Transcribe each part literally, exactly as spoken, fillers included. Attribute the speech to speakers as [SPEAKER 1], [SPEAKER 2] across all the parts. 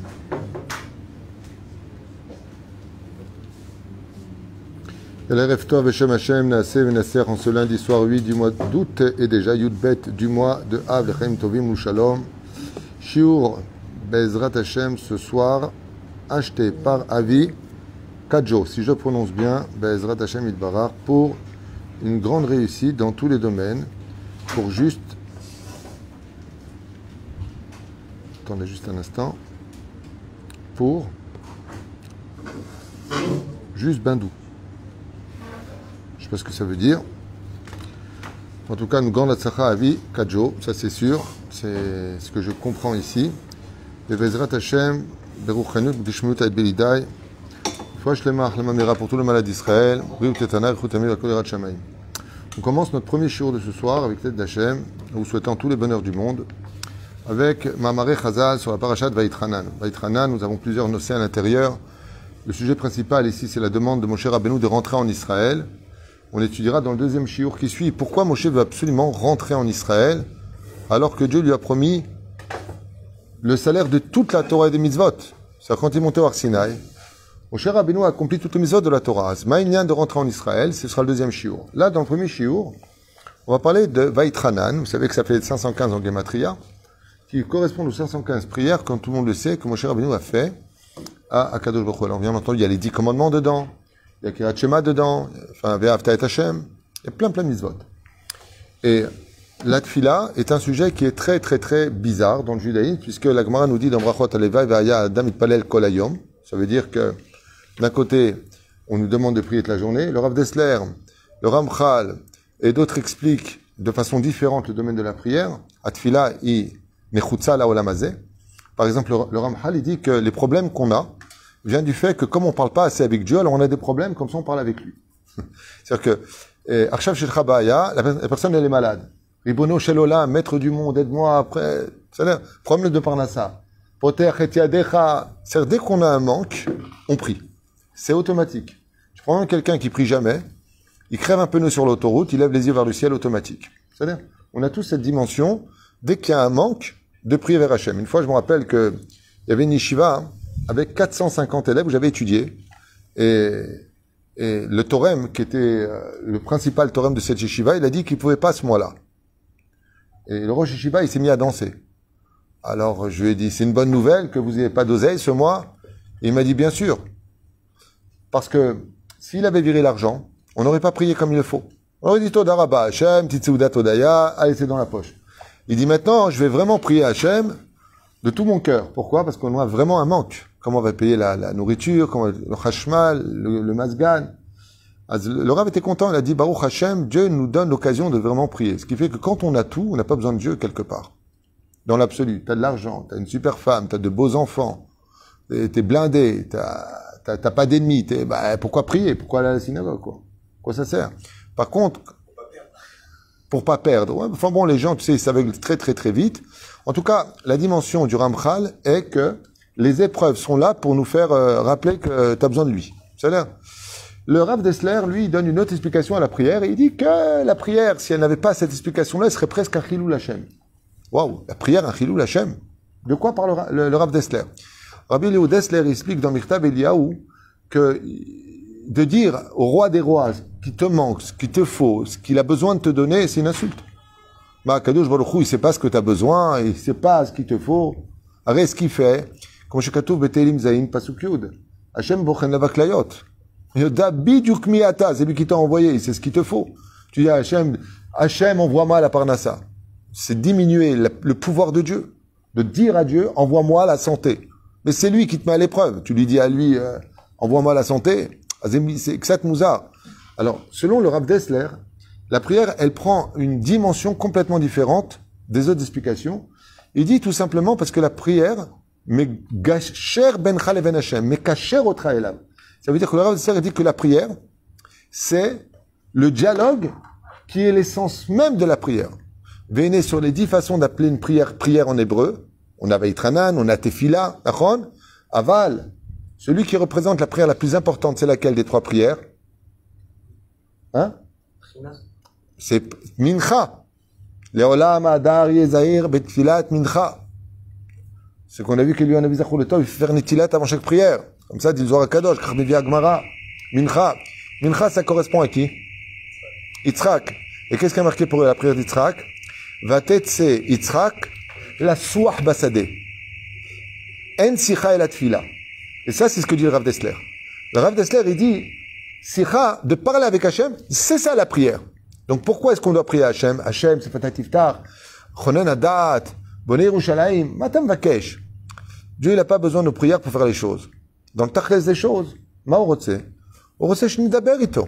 [SPEAKER 1] L'Erev Tov et Shem Hashem Naaseh Venaser en ce lundi soir huit du mois d'août et déjà Yudbet du mois de Av Lechem Tovim ou Shalom. Shiur Bezrat Hashem ce soir acheté par Avi Kadjo, si je prononce bien, Bezrat Hashem Idbarar, pour une grande réussite dans tous les domaines, pour juste, attendez juste un instant, pour juste Bindou. Je ne sais pas ce que ça veut dire. En tout cas, une grande Atzacha Avi Kadjo, ça c'est sûr, c'est ce que je comprends ici. Et Bezrat Hashem, Beruchanut, B'Dishmut et Belidai, Fouach Lemach, Lemamira pour tout le malade d'Israël, Briou Tetana, Chutami, Vakolerat Shamaim. On commence notre premier shiur de ce soir avec l'aide d'Hachem, vous souhaitant tous les bonheurs du monde, avec Mamaré Chazal sur la parashat Vaïtranan. Vaïtranan, nous avons plusieurs notions à l'intérieur. Le sujet principal ici, c'est la demande de Moshe Rabbeinu de rentrer en Israël. On étudiera dans le deuxième shiur qui suit pourquoi Moshe veut absolument rentrer en Israël alors que Dieu lui a promis le salaire de toute la Torah et des mitzvot. C'est quand il est monté au Har Sinaï, Moshe Rabbeinu a accompli toutes les mitzvot de la Torah. Maïnyan de rentrer en Israël, ce sera le deuxième shiur. Là, dans le premier shiur, on va parler de Vaïtranan. Vous savez que ça fait cinq cent quinze en Gematria, qui correspond aux cinq cent quinze prières, comme tout le monde le sait, que Moshe Rabbeinu a fait à Akadosh Baruch Hu. Alors, bien entendu, il y a les dix commandements dedans. Il y a Kirat Shema dedans, enfin, Ve'ahavta et Hashem, il y a plein plein de mitzvot. Et la tfila est un sujet qui est très très très bizarre dans le judaïsme, puisque la Gemara nous dit dans Brachot Aleva, Ve'aya Adam Itpalel Kol Hayom. Ça veut dire que d'un côté, on nous demande de prier toute la journée. Le Rav Dessler, le Ramchal et d'autres expliquent de façon différente le domaine de la prière. Atfila i mechutza la olam hazeh. Par exemple, le Ramchal il dit que les problèmes qu'on a vient du fait que comme on ne parle pas assez avec Dieu, alors on a des problèmes comme ça on parle avec lui. C'est-à-dire que Arshav Shilcha Ba'aya, la personne elle est malade. Ribono Shel Olam, maître du monde, aide-moi après. C'est-à-dire, problème de Parnassa. Poter et Yadecha. C'est-à-dire, dès qu'on a un manque, on prie. C'est automatique. Je prends quelqu'un qui prie jamais, il crève un pneu sur l'autoroute, il lève les yeux vers le ciel automatique. C'est-à-dire, on a tous cette dimension, dès qu'il y a un manque, de prier vers Hachem. Une fois, je me rappelle qu'il y avait une yeshiva, hein, avec quatre cent cinquante élèves où j'avais étudié. Et, et le Torem, qui était euh, le principal Torem de cette yeshiva, il a dit qu'il ne pouvait pas ce mois-là. Et le Rosh Yeshiva, il s'est mis à danser. Alors, je lui ai dit, c'est une bonne nouvelle que vous n'ayez pas d'oseille ce mois. Et il m'a dit, bien sûr. Parce que s'il avait viré l'argent, on n'aurait pas prié comme il le faut. On aurait dit, Toda Rabba Hashem, Titseuda Todaya, allez, c'est dans la poche. Il dit, maintenant, je vais vraiment prier Hashem de tout mon cœur. Pourquoi? Parce qu'on a vraiment un manque. Comment on va payer la, la nourriture, comment, le chashmal, le, le mazgan. Le Rav était content, il a dit, Baruch Hashem, Dieu nous donne l'occasion de vraiment prier. Ce qui fait que quand on a tout, on n'a pas besoin de Dieu quelque part. Dans l'absolu. T'as de l'argent, t'as une super femme, t'as de beaux enfants, t'es, t'es blindé, t'as, t'as, t'as pas d'ennemis, t'es, bah, pourquoi prier? Pourquoi aller à la synagogue, quoi? Quoi ça sert? Par contre, pour pas perdre. Ouais, enfin bon, les gens, tu sais, ils s'aveuglent très très très vite. En tout cas, la dimension du Ramchal est que les épreuves sont là pour nous faire euh, rappeler que tu as besoin de lui. C'est-à-dire, le Rav Dessler, lui, il donne une autre explication à la prière et il dit que la prière, si elle n'avait pas cette explication-là, elle serait presque un chilou Hashem. Waouh, la prière, un chilou Hashem. De quoi parle le, le, le Rav Dessler? Rabbi Léo Dessler explique dans Mirtav Eliyahu que de dire au roi des rois ce qui te manque, ce qu'il te faut, ce qu'il a besoin de te donner, c'est une insulte. Ma Kadosh Baruch Hu, il sait pas ce que tu as besoin, il sait pas ce qu'il te faut. Arrête ce qu'il fait. Comme chez Katouf Betelim Zayin Pasuk Yud. Hashem bochen lavaklayot. Yoda bidyuk miata, c'est lui qui t'a envoyé, c'est ce qu'il te faut. Tu dis à Hashem, Hashem envoie-moi la parnassa. C'est diminuer le, le pouvoir de Dieu. De dire à Dieu, envoie-moi la santé. Mais c'est lui qui te met à l'épreuve. Tu lui dis à lui, euh, envoie-moi la santé. C'est Ksat Mouzar. Alors, selon le Rav Dessler, la prière, elle prend une dimension complètement différente des autres explications. Il dit tout simplement parce que la prière, mais gacher bencha leven Hashem, mais kacher otra elav. Ça veut dire que le Rav Dessler dit que la prière, c'est le dialogue qui est l'essence même de la prière. Venez sur les dix façons d'appeler une prière, prière en hébreu. On a Vaïtranan, on a Tefila, Nachon, Aval. Celui qui représente la prière la plus importante, c'est laquelle des trois prières? Hein? C'est Mincha. Leolam Adar Yezair Betfilat Mincha. c'est qu'on a vu que lui, on a vu Zachou le Tov, il fait faire Netilat avant chaque prière. Comme ça, dit le Zohar Kadosh, Kramivi Agmara, Mincha. Mincha, ça correspond à qui? Yitzhak. Et qu'est-ce qui a marqué pour la prière d'Yitzhak? Vatetse Yitzhak, la Souah Basadeh. En Sicha et la Tfila. Et ça, c'est ce que dit le Rav Dessler. Le Rav Dessler, il dit, Sicha, de parler avec Hachem, c'est ça la prière. Donc pourquoi est-ce qu'on doit prier à Hachem? Hachem, c'est Fatat Iftar, Chonen Adat, Bonei Yerushalayim, Matam Vakesh. Dieu, il n'a pas besoin de prières pour faire les choses. Dans le tachles des choses, ma orotse, orotse shnidaber ito.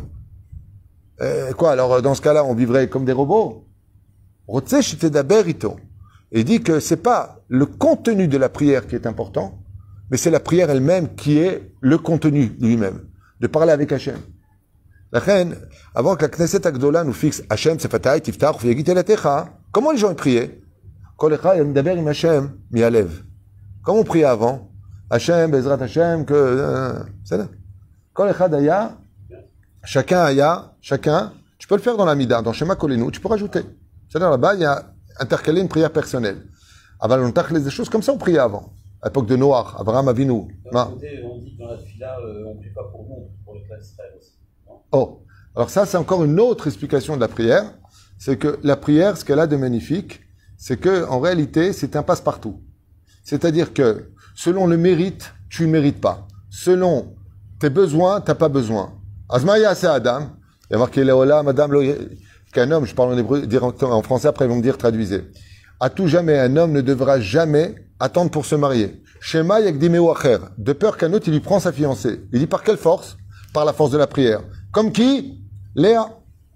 [SPEAKER 1] Quoi, alors dans ce cas-là, on vivrait comme des robots? Orotse shnidaber ito. Il dit que c'est pas le contenu de la prière qui est important, mais c'est la prière elle-même qui est le contenu lui-même, de parler avec Hachem. La reine, avant que la Knesset Agdola nous fixe Hachem, c'est Fatah, Tiftar, comment les gens y priaient? Kolecha yamdaber im Hachem mialev. Comment on priait avant? Hachem, Bezrat Hachem, que... C'est là. Kolecha daya, chacun aya, chacun, tu peux le faire dans la Mida, dans Shema Kolenu, tu peux rajouter. C'est-à-dire là-bas, il y a intercalé une prière personnelle. Avant, on tachlait des choses comme ça, on priait avant. À l'époque de Noach, Abraham Avinu.
[SPEAKER 2] D'un côté, on dit que dans la fila, euh, on ne prie pas pour nous, pour le clan d'Israël aussi. Non?
[SPEAKER 1] Oh, alors ça, c'est encore une autre explication de la prière. C'est que la prière, ce qu'elle a de magnifique, c'est que en réalité, c'est un passe-partout. C'est-à-dire que, selon le mérite, tu ne mérites pas. Selon tes besoins, tu n'as pas besoin. Azmaya, c'est Adam. Il y a marqué Léola, Madame, qu'un homme, je parle en hébreu, directement en français, après ils vont me dire traduisez. À tout jamais, un homme ne devra jamais attendre pour se marier. Shema yakdimeu acher, de peur qu'un autre il lui prend sa fiancée. Il dit par quelle force? Par la force de la prière. Comme qui? Léa.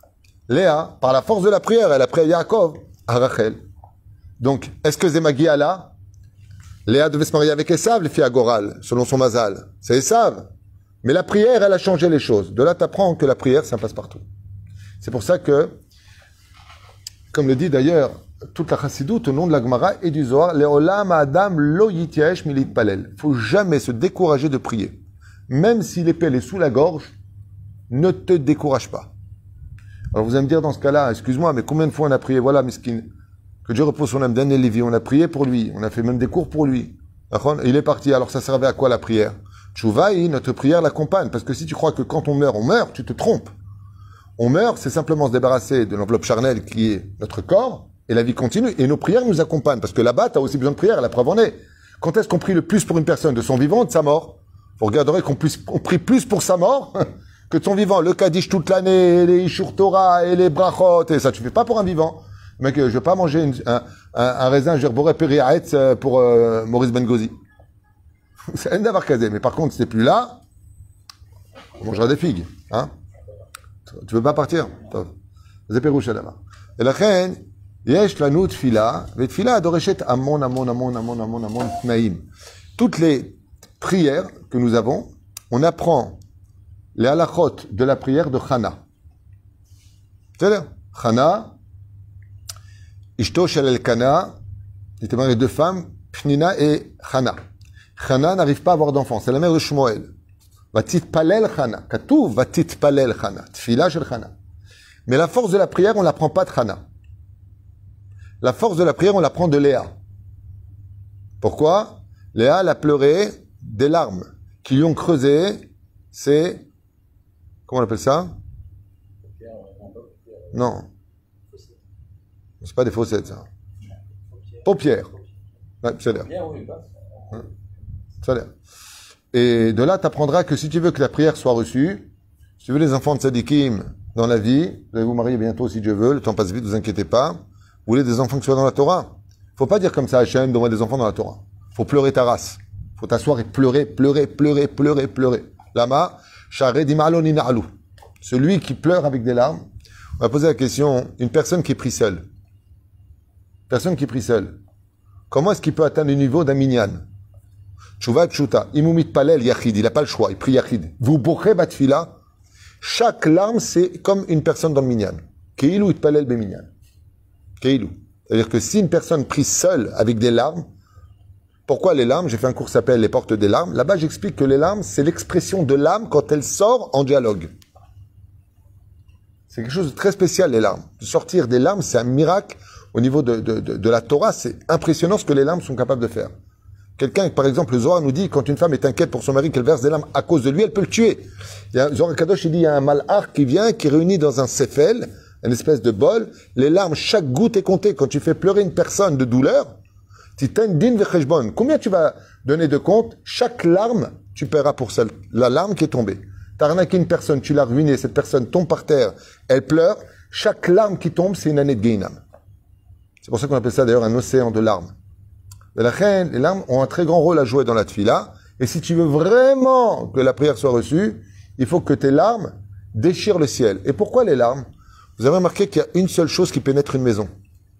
[SPEAKER 1] Léa, par la force de la prière, elle a pris à Yaakov, à Rachel. Donc, est-ce que Zemagi a là? Léa devait se marier avec Esav, les filles à Goral, selon son mazal. C'est Esav. Mais la prière, elle a changé les choses. De là, tu apprends que la prière, ça passe partout. C'est pour ça que, comme le dit d'ailleurs toute la chassidoute au nom de la Gemara et du Zohar, Leolam Adam lo yityaesh milit palel. Faut jamais se décourager de prier. Même si l'épée est sous la gorge, ne te décourage pas. Alors vous allez me dire dans ce cas-là, excuse-moi, mais combien de fois on a prié, voilà, miskin, que Dieu repose son âme, Dan et Lévi, on a prié pour lui, on a fait même des cours pour lui. Il est parti, alors ça servait à quoi la prière? Tchouvaï, notre prière l'accompagne, parce que si tu crois que quand on meurt, on meurt, tu te trompes. On meurt, c'est simplement se débarrasser de l'enveloppe charnelle qui est notre corps, et la vie continue, et nos prières nous accompagnent, parce que là-bas, tu as aussi besoin de prière, la preuve en est. Quand est-ce qu'on prie le plus pour une personne, de son vivant ou de sa mort? Vous regarderez qu'on on prie plus pour sa mort que de son vivant. Le Kaddish toute l'année, les Ishur Torah, et les Brachot, et ça, tu fais pas pour un vivant. Mec, je vais pas manger une, un, un, un raisin Gerboré Périaetz pour euh, Maurice Bengozi. C'est un d'avoir casé, mais par contre, si t'es plus là, on mangera des figues, hein. Tu veux pas partir? C'est pérouche là-bas. Et la reine, yesh lanu tfila, et tfila adoreshet amon, amon, amon, amon, amon, amon, tnaim. Toutes les prières que nous avons, on apprend les halachot de la prière de Chana. C'est-à-dire, Chana, Ishto shel Elkana, il était marié deux femmes, Pnina et Chana. Chana n'arrive pas à avoir d'enfants, c'est la mère de Shmuel. Vatit palel Chana. Katouv vatit palel Chana. Tfila shel Chana. Mais la force de la prière, on ne l'apprend pas de Chana. La force de la prière, on l'apprend de Léa. Pourquoi? Léa, elle a pleuré des larmes qui lui ont creusé ses... Comment on appelle ça? Non. C'est pas des fossettes, ça. Paupières. Ouais, c'est l'air. Ça l'air. Et de là, tu apprendras que si tu veux que la prière soit reçue, si tu veux les enfants de Tzadikim dans la vie, vous allez vous marier bientôt si Dieu veut, le temps passe vite, ne vous inquiétez pas. Vous voulez des enfants qui soient dans la Torah? Faut pas dire comme ça, Hachem, donne-moi des enfants dans la Torah. Faut pleurer ta race. Faut t'asseoir et pleurer, pleurer, pleurer, pleurer, pleurer. Lama, Share Dimaloni Na'alou. Celui qui pleure avec des larmes. On va poser la question, une personne qui est prise seule. Personne qui prie seule. Comment est-ce qu'il peut atteindre le niveau d'un minyan? Tshuva tshuta. Imumit palel yachid. Il n'a pas le choix. Il prie yachid. Vous bourrez batfila. Chaque larme, c'est comme une personne dans le minyan. Keilou it palel be minyan. Keilou. C'est-à-dire que si une personne prie seule avec des larmes, pourquoi les larmes? J'ai fait un cours qui s'appelle Les portes des larmes. Là-bas, j'explique que les larmes, c'est l'expression de l'âme quand elle sort en dialogue. C'est quelque chose de très spécial, les larmes. De sortir des larmes, c'est un miracle. Au niveau de, de, de, de la Torah, c'est impressionnant ce que les larmes sont capables de faire. Quelqu'un, par exemple, le Zohar nous dit, quand une femme est inquiète pour son mari, qu'elle verse des larmes à cause de lui, elle peut le tuer. Il y a, Zohar Kadosh, il dit, il y a un malach qui vient, qui réunit dans un sefel, une espèce de bol, les larmes, chaque goutte est comptée. Quand tu fais pleurer une personne de douleur, tu t'en din vecheshbon. Combien tu vas donner de compte? Chaque larme, tu paieras pour celle, la larme qui est tombée. T'as arnaqué une personne, tu l'as ruinée, cette personne tombe par terre, elle pleure, chaque larme qui tombe, c'est une année de Gehinam. C'est pour ça qu'on appelle ça d'ailleurs un océan de larmes. De la reine, les larmes ont un très grand rôle à jouer dans la tfila. Et si tu veux vraiment que la prière soit reçue, il faut que tes larmes déchirent le ciel. Et pourquoi les larmes? Vous avez remarqué qu'il y a une seule chose qui pénètre une maison.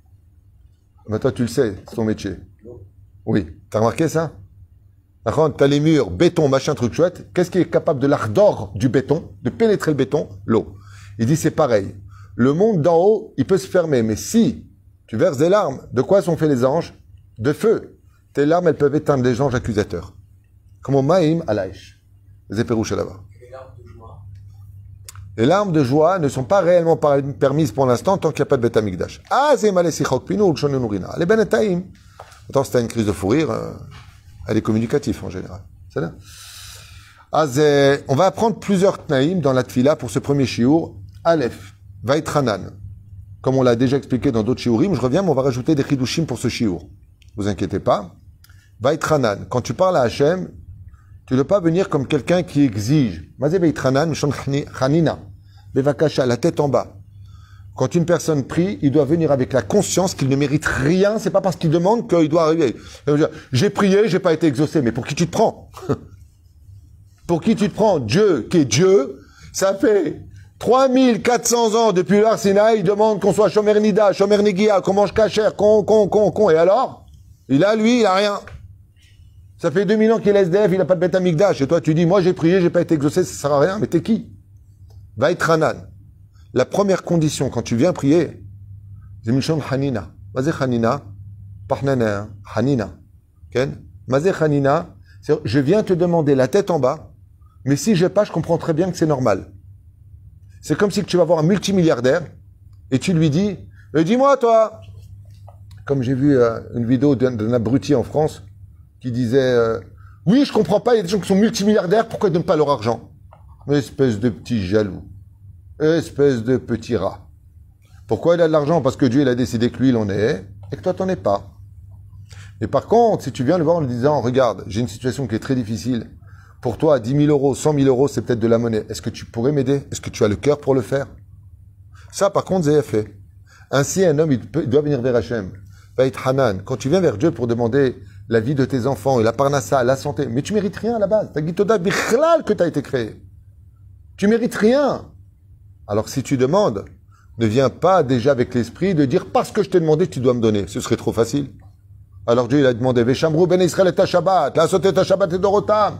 [SPEAKER 1] Mais toi, tu le sais, c'est ton métier. Oui. T'as remarqué ça? T'as les murs, béton, machin, truc chouette. Qu'est-ce qui est capable de l'ardor du béton, de pénétrer le béton? L'eau. Il dit c'est pareil. Le monde d'en haut, il peut se fermer. Mais si tu verses des larmes, de quoi sont faits les anges? De feu. Tes larmes, elles peuvent éteindre les anges accusateurs. Comme Maïm Alaïch. Les éperouches là-bas.
[SPEAKER 2] Les larmes de joie.
[SPEAKER 1] Les larmes de joie ne sont pas réellement permises pour l'instant tant qu'il n'y a pas de Beth Amikdash. Ah, c'est malé si chok pinu, l'chon nourina. Les benetaïm. Attends, si t'as une crise de fou rire, euh, elle est communicative en général. C'est là. Ah, on va apprendre plusieurs tnaïm dans la tfila pour ce premier shiur. Aleph, Vaitranan. Comme on l'a déjà expliqué dans d'autres shiurim, je reviens, mais on va rajouter des chidushim pour ce shiur. Vous inquiétez pas. Vaitranan. Quand tu parles à Hachem, tu ne dois pas venir comme quelqu'un qui exige. Mazé Vaitranan, Mishon Chanina. Bevakasha, la tête en bas. Quand une personne prie, il doit venir avec la conscience qu'il ne mérite rien. C'est pas parce qu'il demande qu'il doit arriver. J'ai prié, j'ai pas été exaucé. Mais pour qui tu te prends? Pour qui tu te prends? Dieu, qui est Dieu, ça fait trois mille quatre cents ans depuis l'Ar Sinaï, il demande qu'on soit Shomer Nida, Shomer Negia, qu'on mange kasher, qu'on, qu'on, qu'on, qu'on. Et alors? Il a, lui, il a rien. Ça fait deux mille ans qu'il est S D F, il n'a pas de Beth Amikdash. Et toi, tu dis, moi, j'ai prié, j'ai pas été exaucé, ça sert à rien. Mais t'es qui? Vaitranan. La première condition, quand tu viens prier, c'est Mishon Hanina. Mazé Hanina? Pahnana. Hanina. Ken? Mazé Hanina. Je viens te demander la tête en bas, mais si j'ai pas, je comprends très bien que c'est normal. C'est comme si tu vas voir un multimilliardaire et tu lui dis, eh, dis-moi toi, comme j'ai vu euh, une vidéo d'un, d'un abruti en France qui disait, euh, oui, je comprends pas, il y a des gens qui sont multimilliardaires, pourquoi ils donnent pas leur argent? Espèce de petit jaloux, espèce de petit rat. Pourquoi il a de l'argent? Parce que Dieu il a décidé que lui il en est et que toi t'en es pas. Et par contre, si tu viens le voir en lui disant, regarde, j'ai une situation qui est très difficile. Pour toi, dix mille euros, cent mille euros, c'est peut-être de la monnaie. Est-ce que tu pourrais m'aider? Est-ce que tu as le cœur pour le faire? Ça, par contre, c'est fait. Ainsi, un homme, il, peut, il doit venir vers Hachem. Va être Hanan. Quand tu viens vers Dieu pour demander la vie de tes enfants et la parnassa, la santé, mais tu mérites rien à la base. T'as guitoda bichlal que t'as été créé. Tu mérites rien. Alors, si tu demandes, ne viens pas déjà avec l'esprit de dire, parce que je t'ai demandé, tu dois me donner. Ce serait trop facile. Alors Dieu il a demandé, Veshamru ben Israël et ta Shabbat, la sauté ta Shabbat et Dorotam.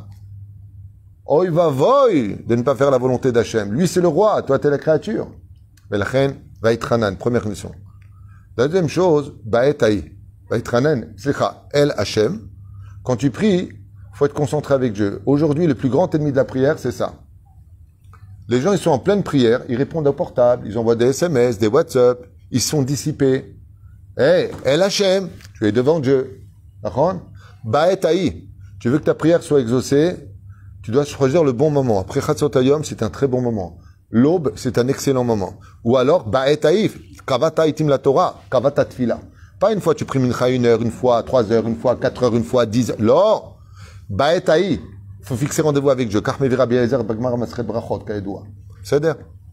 [SPEAKER 1] Oy va voy de ne pas faire la volonté d'Hachem. Lui c'est le roi, toi t'es la créature. Mais la reine va être Hanan, première mission. La deuxième chose, Ba'et Haï. Va être Hanan, c'est El Hachem. Quand tu pries, faut être concentré avec Dieu. Aujourd'hui, le plus grand ennemi de la prière, c'est ça. Les gens, ils sont en pleine prière, ils répondent au portable, ils envoient des S M S, des WhatsApp, ils sont dissipés. Eh, hey, El Hachem, tu es devant Dieu. D'accord? Ba'et Haï. Tu veux que ta prière soit exaucée, tu dois choisir le bon moment. Après Chatzot Hayom, c'est un très bon moment. L'aube, c'est un excellent moment. Ou alors, Ba'et Haï, Kavata itim la Torah, Kavata tfila. Pas une fois tu pries mincha une heure, une fois trois heures, une fois quatre heures, une fois dix heures. Non! Ba'et Haï. Faut fixer rendez-vous avec Dieu. Kach mevira bi'ezer bagmar masret brachot, kaedua. C'est-à-dire.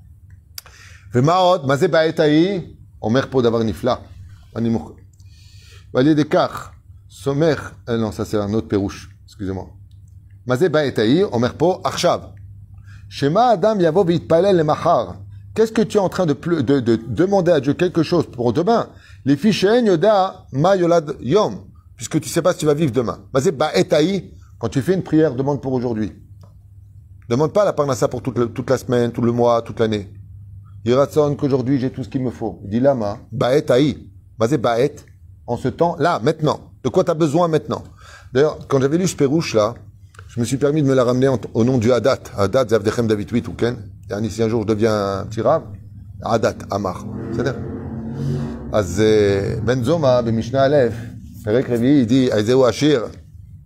[SPEAKER 1] V'ma'od, mazé Ba'et Haï, omer po davar nifla. Animuk. Valier des kach. Somer. Euh, non, ça c'est un autre pérouche. Excusez-moi. Mazé Ba'et Haï, omer po achshav. Shema Adam yavo v'itpalel le machar. Qu'est-ce que tu es en train de, de, de, de demander à Dieu quelque chose pour demain? Les fichen yoda ma yolad yom. Puisque tu sais pas si tu vas vivre demain. Mazé Ba'et Haï. Quand tu fais une prière, demande pour aujourd'hui. Demande pas la parnassa pour toute, le, toute la semaine, tout le mois, toute l'année. Yiratson qu'aujourd'hui j'ai tout ce qu'il me faut. Dis lama, Ba'et Haï. Mazé Ba'et. En ce temps, là, maintenant. De quoi tu as besoin maintenant? D'ailleurs, quand j'avais lu ce pérouche là, je me suis permis de me la ramener en, au nom du Hadat. Hadat, Zavdechem David huit ou Ken. Et si un jour je deviens un petit rave, Hadat, Amar. C'est-à-dire. Az Benzoma, Bemishna Aleph, Perek Revi, il dit, Aizeu Ashir,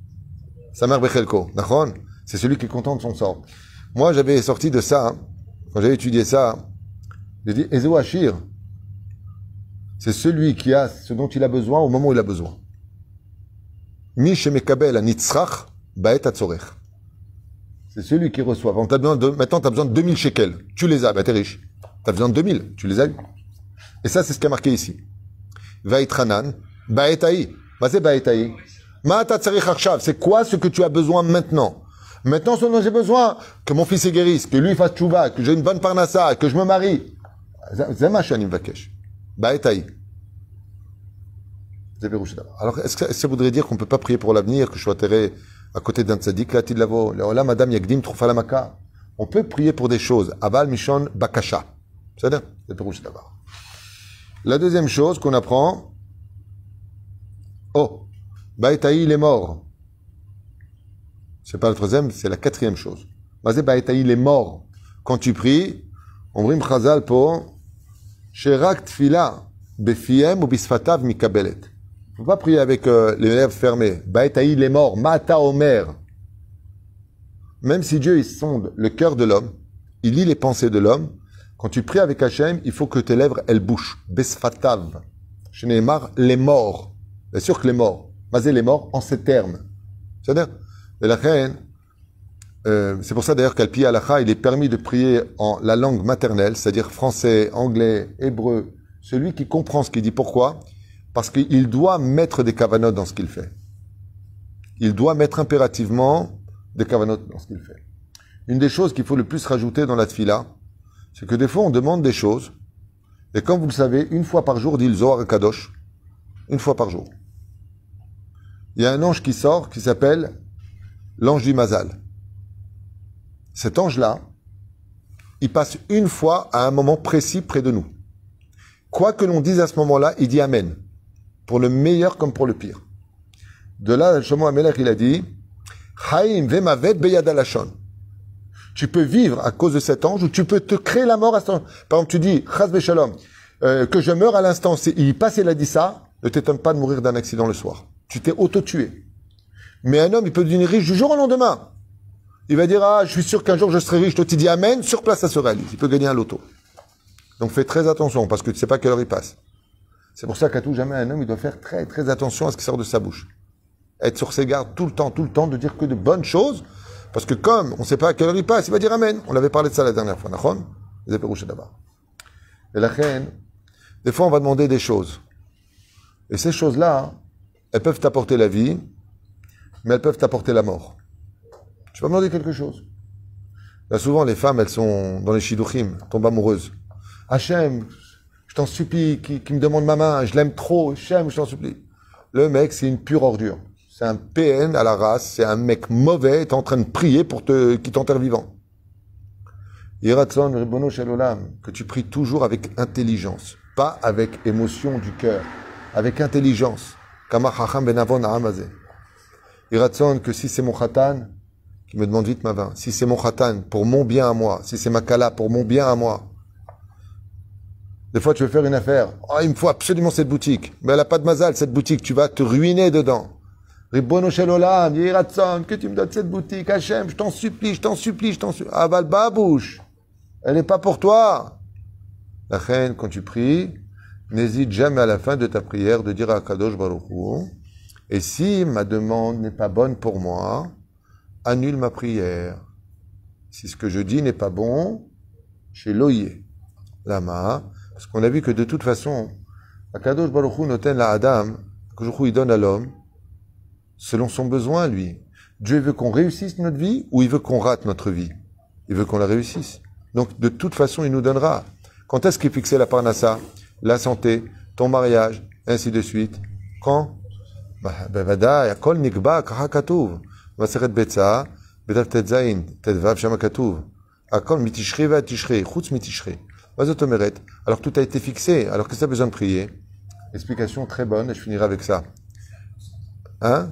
[SPEAKER 1] Samer Bechelko. Nachon? C'est celui qui est content de son sort. Moi, j'avais sorti de ça, hein, quand j'avais étudié ça, j'ai dit, Ezeu Ashir, c'est celui qui a ce dont il a besoin au moment où il a besoin. Mi shemekabel anitzrach ba'et hatzorech. C'est celui qui reçoit. Bon, t'as besoin de, maintenant, tu as besoin de deux mille shekels. Tu les as, bah t'es riche. Tu as besoin de deux mille, tu les as eu. Et ça, c'est ce qui est marqué ici. Va'itranan, ba'etaï. Bah c'est ba'etaï. Ma'ata tzarich akshav. C'est quoi ce que tu as besoin maintenant? Maintenant, ce dont j'ai besoin, que mon fils se guérisse, que lui fasse tchouva, que j'ai une bonne parnassa, que je me marie. C'est ma chaîne, vakesh. Ba'etaï. Alors, est-ce que, est-ce que ça voudrait dire qu'on ne peut pas prier pour l'avenir, que je sois enterré à côté d'un tzaddik, là, tidlavo, là, madame yagdim, troufala on peut prier pour des choses. Aval, mishon, bakasha. C'est-à-dire, c'est pérouche d'abord. La deuxième chose qu'on apprend, oh, Baïtaï, il est mort. C'est pas le troisième, c'est la quatrième chose. Bazé Baïtaï, il est mort. Quand tu pries, on brim chazal pour Sherak tfila, befiem ou bisfatav mikabelet. Il ne faut pas prier avec euh, les lèvres fermées. Baïtaï, il est mort. Mata omer. Même si Dieu, il sonde le cœur de l'homme, il lit les pensées de l'homme, quand tu pries avec Hachem, il faut que tes lèvres, elles bouchent. Besfatav. Shneimar, les morts. Bien sûr que les morts. Mazé les morts en ces termes. C'est-à-dire, la reine, euh, c'est pour ça d'ailleurs qu'à Pi Halacha, il est permis de prier en la langue maternelle, c'est-à-dire français, anglais, hébreu. Celui qui comprend ce qu'il dit. Pourquoi? Parce qu'il doit mettre des kavanotes dans ce qu'il fait. Il doit mettre impérativement des kavanotes dans ce qu'il fait. Une des choses qu'il faut le plus rajouter dans la tfila, c'est que des fois on demande des choses, et comme vous le savez, une fois par jour, dit le Zohar Kadosh, une fois par jour. Il y a un ange qui sort, qui s'appelle l'ange du Mazal. Cet ange-là, il passe une fois à un moment précis près de nous. Quoi que l'on dise à ce moment-là, il dit Amen. Pour le meilleur comme pour le pire. De là, Shlomo Amelech, il a dit, Chaim vemavet beyad alashon. Tu peux vivre à cause de cet ange ou tu peux te créer la mort à cet ange. Par exemple, tu dis, Chas v'shalom, euh, que je meurs à l'instant. Il passe, il a dit ça, ne t'étonne pas de mourir d'un accident le soir. Tu t'es auto-tué. Mais un homme, il peut devenir riche du jour au lendemain. Il va dire, ah, je suis sûr qu'un jour je serai riche. Toi, tu dis Amen, sur place, ça se réalise. Il peut gagner un loto. Donc, fais très attention, parce que tu ne sais pas quelle heure il passe. C'est pour ça qu'à tout jamais, un homme, il doit faire très, très attention à ce qui sort de sa bouche. Être sur ses gardes tout le temps, tout le temps, de dire que de bonnes choses, parce que comme on ne sait pas à quelle heure il passe, il va dire Amen. On avait parlé de ça la dernière fois. Nachon? Les épérouches d'abord. Et la reine, des fois, on va demander des choses. Et ces choses-là, elles peuvent t'apporter la vie, mais elles peuvent t'apporter la mort. Tu vas demander quelque chose. Là, souvent, les femmes, elles sont dans les shidduchim, tombent amoureuses. Hachem, je t'en supplie, qui, qui me demande ma main, je l'aime trop, Hachem, je t'en supplie. Le mec, c'est une pure ordure. C'est un P N à la race, c'est un mec mauvais, t'es en train de prier pour te, qu'il t'enterre vivant. Yiratson, Ribono Shel Olam, que tu pries toujours avec intelligence, pas avec émotion du cœur, avec intelligence. Kama Chacham Ben Avon Ha'amazé. Yiratson, que si c'est mon khatan, qui me demande vite ma vin, si c'est mon khatan pour mon bien à moi, si c'est ma kala pour mon bien à moi. Des fois, tu veux faire une affaire. Oh, il me faut absolument cette boutique. Mais elle n'a pas de mazal, cette boutique. Tu vas te ruiner dedans. Ribono Shel Olam, Yiratson, que tu me donnes cette boutique. Hachem, je t'en supplie, je t'en supplie, je t'en supplie. Aval babouche. Elle n'est pas pour toi. La reine, quand tu pries, n'hésite jamais à la fin de ta prière de dire à Kadosh Baruch Hu, et si ma demande n'est pas bonne pour moi, annule ma prière. Si ce que je dis n'est pas bon, chez Loïe. Lama, parce qu'on a vu que de toute façon, Kadosh Baruch Hu noten la Adam, Kadosh Baruch Hu il donne à l'homme, selon son besoin, lui. Dieu veut qu'on réussisse notre vie ou il veut qu'on rate notre vie? Il veut qu'on la réussisse. Donc, de toute façon, il nous donnera. Quand est-ce qu'il fixait la parnassa? La santé, ton mariage, ainsi de suite. Quand? Bevada, yakol nikba, kaha katuv. Maseret betza, bedav tetzain, tetvav shama katuv. Akol mitishri va tishri, chutz mitishri. Vazotomeret. Alors, tout a été fixé. Alors, qu'est-ce que tu as besoin de prier? Explication très bonne, et je finirai avec ça. Hein?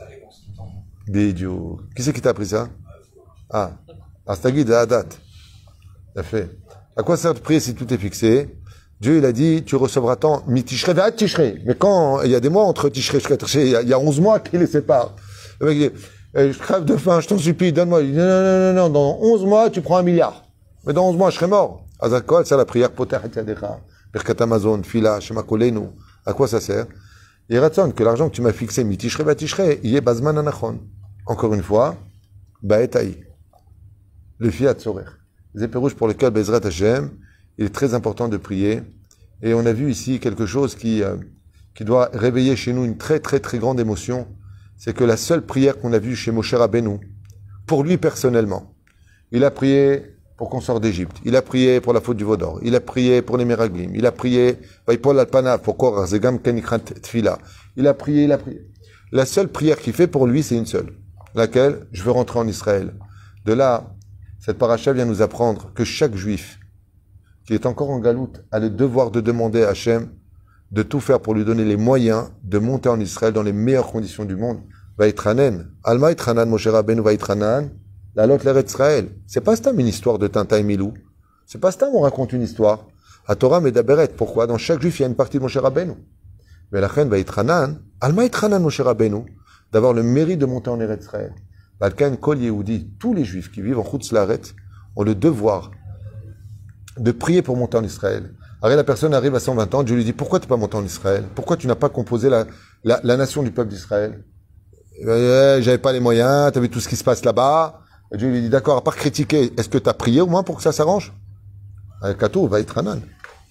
[SPEAKER 1] Bidio. Qui c'est qui t'a appris ça? Ah. Astagid, à date. T'as fait. À quoi sert de prier si tout est fixé? Dieu, il a dit, tu recevras tant, mi ticheré, va ticheré. Mais quand il y a des mois entre ticheré et ticheré, il y a onze mois qui les séparent. Le mec dit, Et je crève de faim, je t'en supplie, donne-moi. Il dit, non, non, non, non, dans onze mois, tu prends un milliard. Mais dans onze mois, je serai mort. Azakol, c'est la prière, Poter et Yadecha, Birkat Amazon, Fila, Shema Kolenu. À quoi ça sert? Il ratsonne que l'argent que tu m'as fixé, mitishre batishre, il est bazman anachon. Encore une fois, baetaï. Le fiat sorer. Les épées rouges pour lesquels Bezrat Hashem, il est très important de prier. Et on a vu ici quelque chose qui, euh, qui doit réveiller chez nous une très très très grande émotion. C'est que la seule prière qu'on a vue chez Moshe Rabbeinu, pour lui personnellement, il a prié pour qu'on sorte d'Égypte. Il a prié pour la faute du veau d'or. Il a prié pour les Meraglim. Il a prié, Vaipol Alpanav, pour Korah, Zegam Kenikrat Tfila. Il a prié, il a prié. La seule prière qu'il fait pour lui, c'est une seule. Laquelle? Je veux rentrer en Israël. De là, cette paracha vient nous apprendre que chaque juif qui est encore en galoute a le devoir de demander à Hachem de tout faire pour lui donner les moyens de monter en Israël dans les meilleures conditions du monde. Vaïtranen. Alma Itranan, Moshe Rabbeinu Vaïtranan. La lot l'Eretz Israël. C'est pas stam une histoire de Tintin et Milou. C'est pas stam on raconte une histoire. À Torah Medaberet. Pourquoi? Dans chaque juif, il y a une partie de Moshe Rabbeinu. Mais la reine Vaïtranan. Alma Itranan, Moshe Rabbeinu. D'avoir le mérite de monter en Eretz Israël. Balkan Kol Yehudi. Tous les juifs qui vivent en Chutz La'aretz ont le devoir de prier pour monter en Israël. Alors la personne arrive à cent vingt ans, Dieu lui dit, pourquoi tu n'es pas monté en Israël? Pourquoi tu n'as pas composé la, la, la nation du peuple d'Israël? euh, J'avais pas les moyens, tu as vu tout ce qui se passe là-bas. Et Dieu lui dit, d'accord, à part critiquer, est-ce que tu as prié au moins pour que ça s'arrange? Avec Katou, va être Hanan.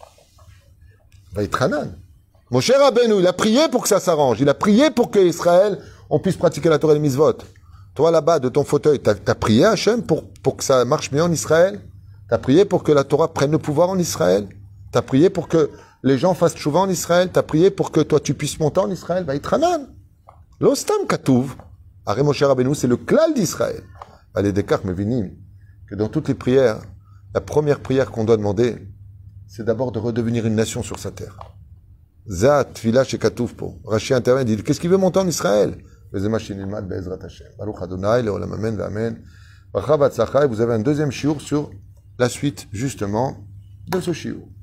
[SPEAKER 1] Va être Hanan. Mon cher Rabbeinu, il a prié pour que ça s'arrange. Il a prié pour que Israël, on puisse pratiquer la Torah et les mitzvot. Toi là-bas, de ton fauteuil, tu as prié à Hachem pour, pour que ça marche mieux en Israël? Tu as prié pour que la Torah prenne le pouvoir en Israël? Tu as prié pour que les gens fassent chouva en Israël? Tu as prié pour que toi tu puisses monter en Israël? Va être Hanan. L'ostam katouv. Aré Moshe Rabbeinu, c'est le klal d'Israël. Allez, Descartes, mais vinim, que dans toutes les prières, la première prière qu'on doit demander, c'est d'abord de redevenir une nation sur sa terre. Zat, Tfilah, et Katouf, po. Rachi intervient, dit, qu'est-ce qu'il veut monter en Israël? Baruch Adonai, Leolam Amen, Amen. Vous avez un deuxième shiur sur la suite, justement, de ce shiur.